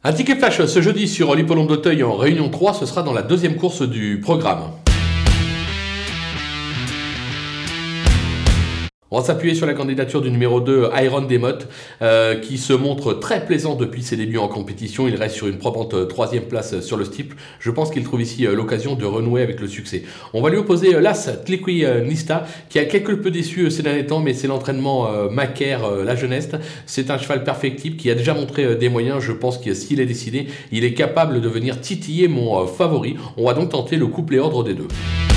Un ticket flash ce jeudi sur l'hippodrome d'Auteuil en Réunion 3, ce sera dans la deuxième course du programme. On va s'appuyer sur la candidature du numéro 2, Iron Demot, qui se montre très plaisant depuis ses débuts en compétition. Il reste sur une probante troisième place sur le steeple. Je pense qu'il trouve ici l'occasion de renouer avec le succès. On va lui opposer l'As Tliqui Nista, qui a quelque peu déçu ces derniers temps, mais c'est l'entraînement Macaire, la jeunesse. C'est un cheval perfectible qui a déjà montré des moyens. Je pense que s'il est décidé, il est capable de venir titiller mon favori. On va donc tenter le couplet ordre des deux.